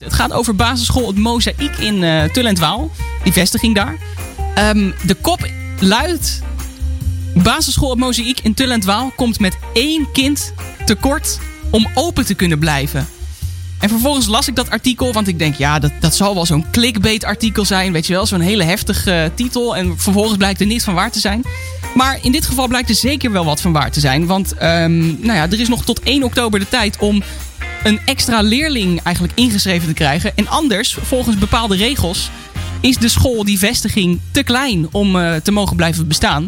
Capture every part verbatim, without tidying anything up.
Het gaat over basisschool Het Mozaïek in uh, Tull en 't Waal. Die vestiging daar. Um, de kop luidt... Basisschool Het Mozaïek in Tull en 't Waal komt met één kind tekort om open te kunnen blijven. En vervolgens las ik dat artikel, want ik denk, ja, dat, dat zal wel zo'n clickbait artikel zijn. Weet je wel, zo'n hele heftige uh, titel. En vervolgens blijkt er niets van waar te zijn. Maar in dit geval blijkt er zeker wel wat van waar te zijn. Want um, nou ja, er is nog tot één oktober de tijd om een extra leerling eigenlijk ingeschreven te krijgen. En anders, volgens bepaalde regels, is de school, die vestiging, te klein om uh, te mogen blijven bestaan.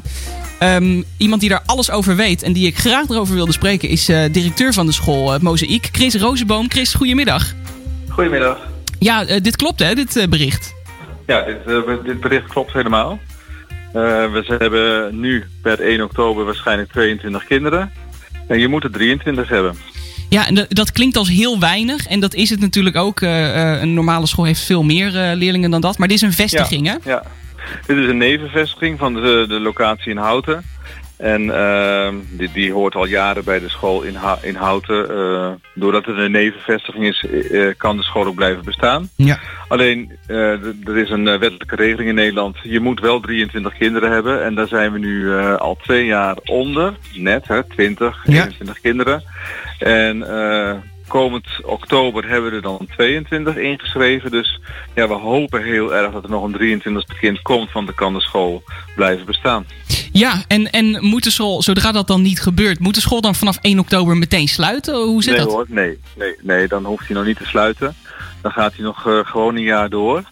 Um, iemand die daar alles over weet en die ik graag erover wilde spreken is uh, directeur van de school Het uh, Mozaïek, Chris Rozenboom. Chris, goedemiddag. Goedemiddag. Ja, uh, dit klopt hè, dit uh, bericht? Ja, dit, uh, dit bericht klopt helemaal. Uh, we hebben nu per één oktober waarschijnlijk tweeëntwintig kinderen. En je moet er drieëntwintig hebben. Ja, en dat, dat klinkt als heel weinig. En dat is het natuurlijk ook. Uh, uh, een normale school heeft veel meer uh, leerlingen dan dat. Maar dit is een vestiging, ja, hè? Ja, dit is een nevenvestiging van de, de locatie in Houten. En uh, die, die hoort al jaren bij de school in, ha- in Houten. Uh, doordat het een nevenvestiging is, uh, kan de school ook blijven bestaan. Ja. Alleen, uh, d- er is een uh, wettelijke regeling in Nederland. Je moet wel drieëntwintig kinderen hebben. En daar zijn we nu uh, al twee jaar onder. Net, hè, twintig, ja. eenentwintig kinderen. En uh, komend oktober hebben we er dan tweeëntwintig ingeschreven. Dus ja, we hopen heel erg dat er nog een drieëntwintigste kind komt. Want dan kan de school blijven bestaan. Ja, en, en moet de school, zodra dat dan niet gebeurt, moet de school dan vanaf één oktober meteen sluiten? Hoe zit nee, dat? Hoor, nee, nee, nee, dan hoeft hij nog niet te sluiten. Dan gaat hij nog uh, gewoon een jaar door.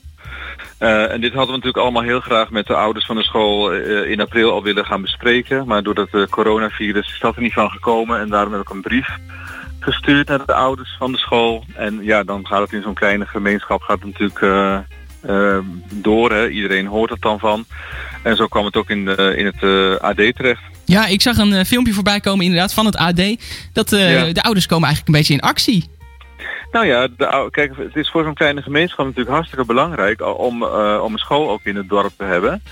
Uh, en dit hadden we natuurlijk allemaal heel graag met de ouders van de school uh, in april al willen gaan bespreken. Maar door het uh, coronavirus is dat er niet van gekomen. En daarom heb ik een brief gestuurd naar de ouders van de school. En ja, dan gaat het in zo'n kleine gemeenschap gaat het natuurlijk uh, uh, door. Hè. Iedereen hoort het dan van. En zo kwam het ook in, de, in het uh, A D terecht. Ja, ik zag een uh, filmpje voorbij komen inderdaad van het A D. Dat uh, ja. de ouders komen eigenlijk een beetje in actie. Nou ja, de, kijk, het is voor zo'n kleine gemeenschap natuurlijk hartstikke belangrijk om, uh, om een school ook in het dorp te hebben.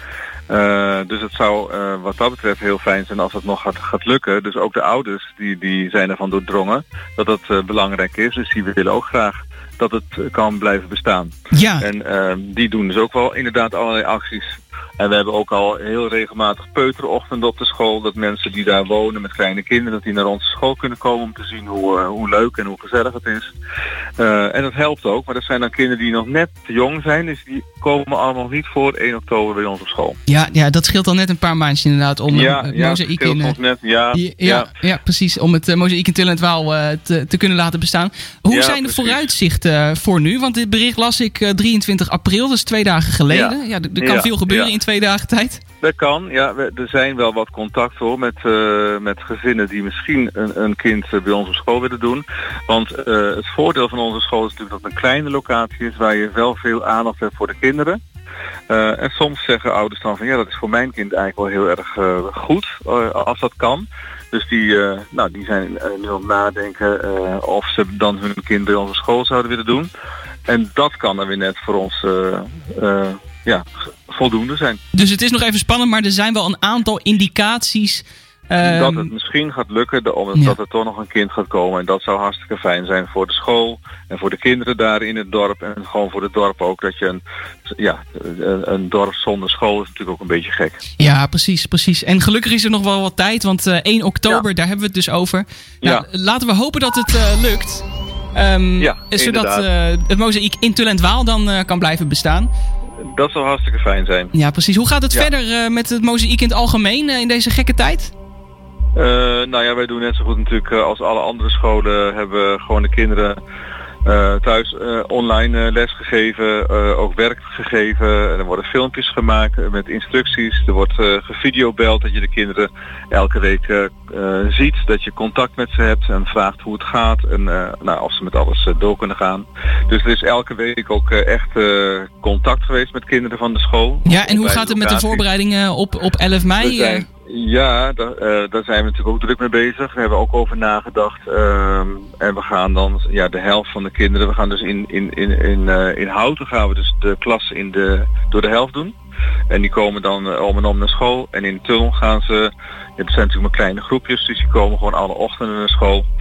Uh, dus het zou uh, wat dat betreft heel fijn zijn als het nog gaat, gaat lukken. Dus ook de ouders die, die zijn ervan doordrongen dat dat uh, belangrijk is. Dus die willen ook graag dat het uh, kan blijven bestaan. Ja. En uh, die doen dus ook wel inderdaad allerlei acties. En we hebben ook al heel regelmatig peuterochtenden op de school. Dat mensen die daar wonen met kleine kinderen, dat die naar onze school kunnen komen om te zien hoe, uh, hoe leuk en hoe gezellig het is. Uh, en dat helpt ook. Maar dat zijn dan kinderen die nog net te jong zijn. Dus die komen allemaal nog niet voor één oktober bij ons op school. Ja, ja, dat scheelt al net een paar maandjes inderdaad om ja, het ja, Mozaïek in... Uh, net, ja, ja, ja. ja, ja, precies. Om het uh, Mozaïek in Tull en 't Waal uh, te, te kunnen laten bestaan. Hoe ja, zijn de precies. vooruitzichten uh, voor nu? Want dit bericht las ik uh, drieëntwintig april, dus twee dagen geleden. Ja, ja, er, er kan ja, veel gebeuren ja. in twee dagen tijd. Dat kan, ja. We, er zijn wel wat contacten hoor, met, uh, met gezinnen die misschien een, een kind uh, bij ons op school willen doen. Want uh, het voordeel van onze school is natuurlijk dat het een kleine locatie is waar je wel veel aandacht hebt voor de kinderen. Uh, en soms zeggen ouders dan van ja, dat is voor mijn kind eigenlijk wel heel erg uh, goed, uh, als dat kan. Dus die, uh, nou, die zijn uh, nu aan het nadenken uh, of ze dan hun kind bij onze school zouden willen doen. En dat kan dan weer net voor ons uh, uh, ja, voldoende zijn. Dus het is nog even spannend, maar er zijn wel een aantal indicaties... Um... Dat het misschien gaat lukken, omdat ja. er toch nog een kind gaat komen. En dat zou hartstikke fijn zijn voor de school en voor de kinderen daar in het dorp. En gewoon voor het dorp ook. Dat je een, ja, een dorp zonder school is natuurlijk ook een beetje gek. Ja, precies, precies. En gelukkig is er nog wel wat tijd, want uh, één oktober, ja. daar hebben we het dus over. Nou, ja. Laten we hopen dat het uh, lukt. Um, ja, zodat uh, het Mozaïek in Tull en 't Waal dan uh, kan blijven bestaan. Dat zou hartstikke fijn zijn. Ja, precies. Hoe gaat het ja. verder uh, met het Mozaïek in het algemeen uh, in deze gekke tijd? Uh, nou ja, wij doen net zo goed natuurlijk uh, als alle andere scholen. Hebben we gewoon de kinderen uh, thuis uh, online uh, les gegeven, uh, ook werk gegeven. Er worden filmpjes gemaakt met instructies. Er wordt uh, gevideobeld dat je de kinderen elke week uh, uh, ziet. Dat je contact met ze hebt en vraagt hoe het gaat. En uh, nou, of ze met alles uh, door kunnen gaan. Dus er is elke week ook uh, echt uh, contact geweest met kinderen van de school. Ja, en hoe gaat het met de voorbereidingen op, op elf mei? Ja, daar, uh, daar zijn we natuurlijk ook druk mee bezig. We hebben ook over nagedacht. Uh, en we gaan dan, ja, de helft van de kinderen, we gaan dus in, in, in, in, uh, in Houten gaan we dus de klas in de, door de helft doen. En die komen dan uh, om en om naar school. En in Tull gaan ze, ja, er zijn natuurlijk maar kleine groepjes, dus die komen gewoon alle ochtenden naar school.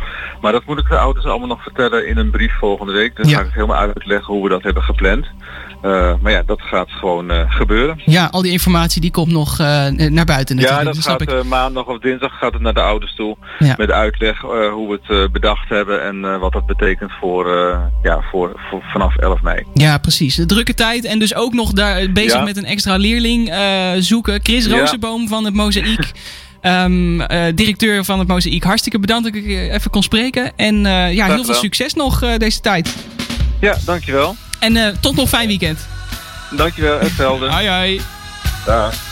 Maar dat moet ik de ouders allemaal nog vertellen in een brief volgende week. Dus Ja. ga ik het helemaal uitleggen hoe we dat hebben gepland. Uh, maar ja, dat gaat gewoon uh, gebeuren. Ja, al die informatie die komt nog uh, naar buiten natuurlijk. Ja, dat dus gaat uh, maandag of dinsdag gaat het naar de ouders toe. Ja. Met uitleg uh, hoe we het uh, bedacht hebben en uh, wat dat betekent voor, uh, ja, voor, voor vanaf elf mei. Ja, precies. De drukke tijd en dus ook nog daar bezig ja. met een extra leerling uh, zoeken. Chris ja. Rozenboom van het Mozaïek. Um, uh, directeur van het Mozaïek. Hartstikke bedankt dat ik even kon spreken. En uh, ja, heel veel succes nog uh, deze tijd. Ja, dankjewel. En uh, tot nog fijn weekend. Dankjewel, hetzelfde. Hoi hoi. Dag.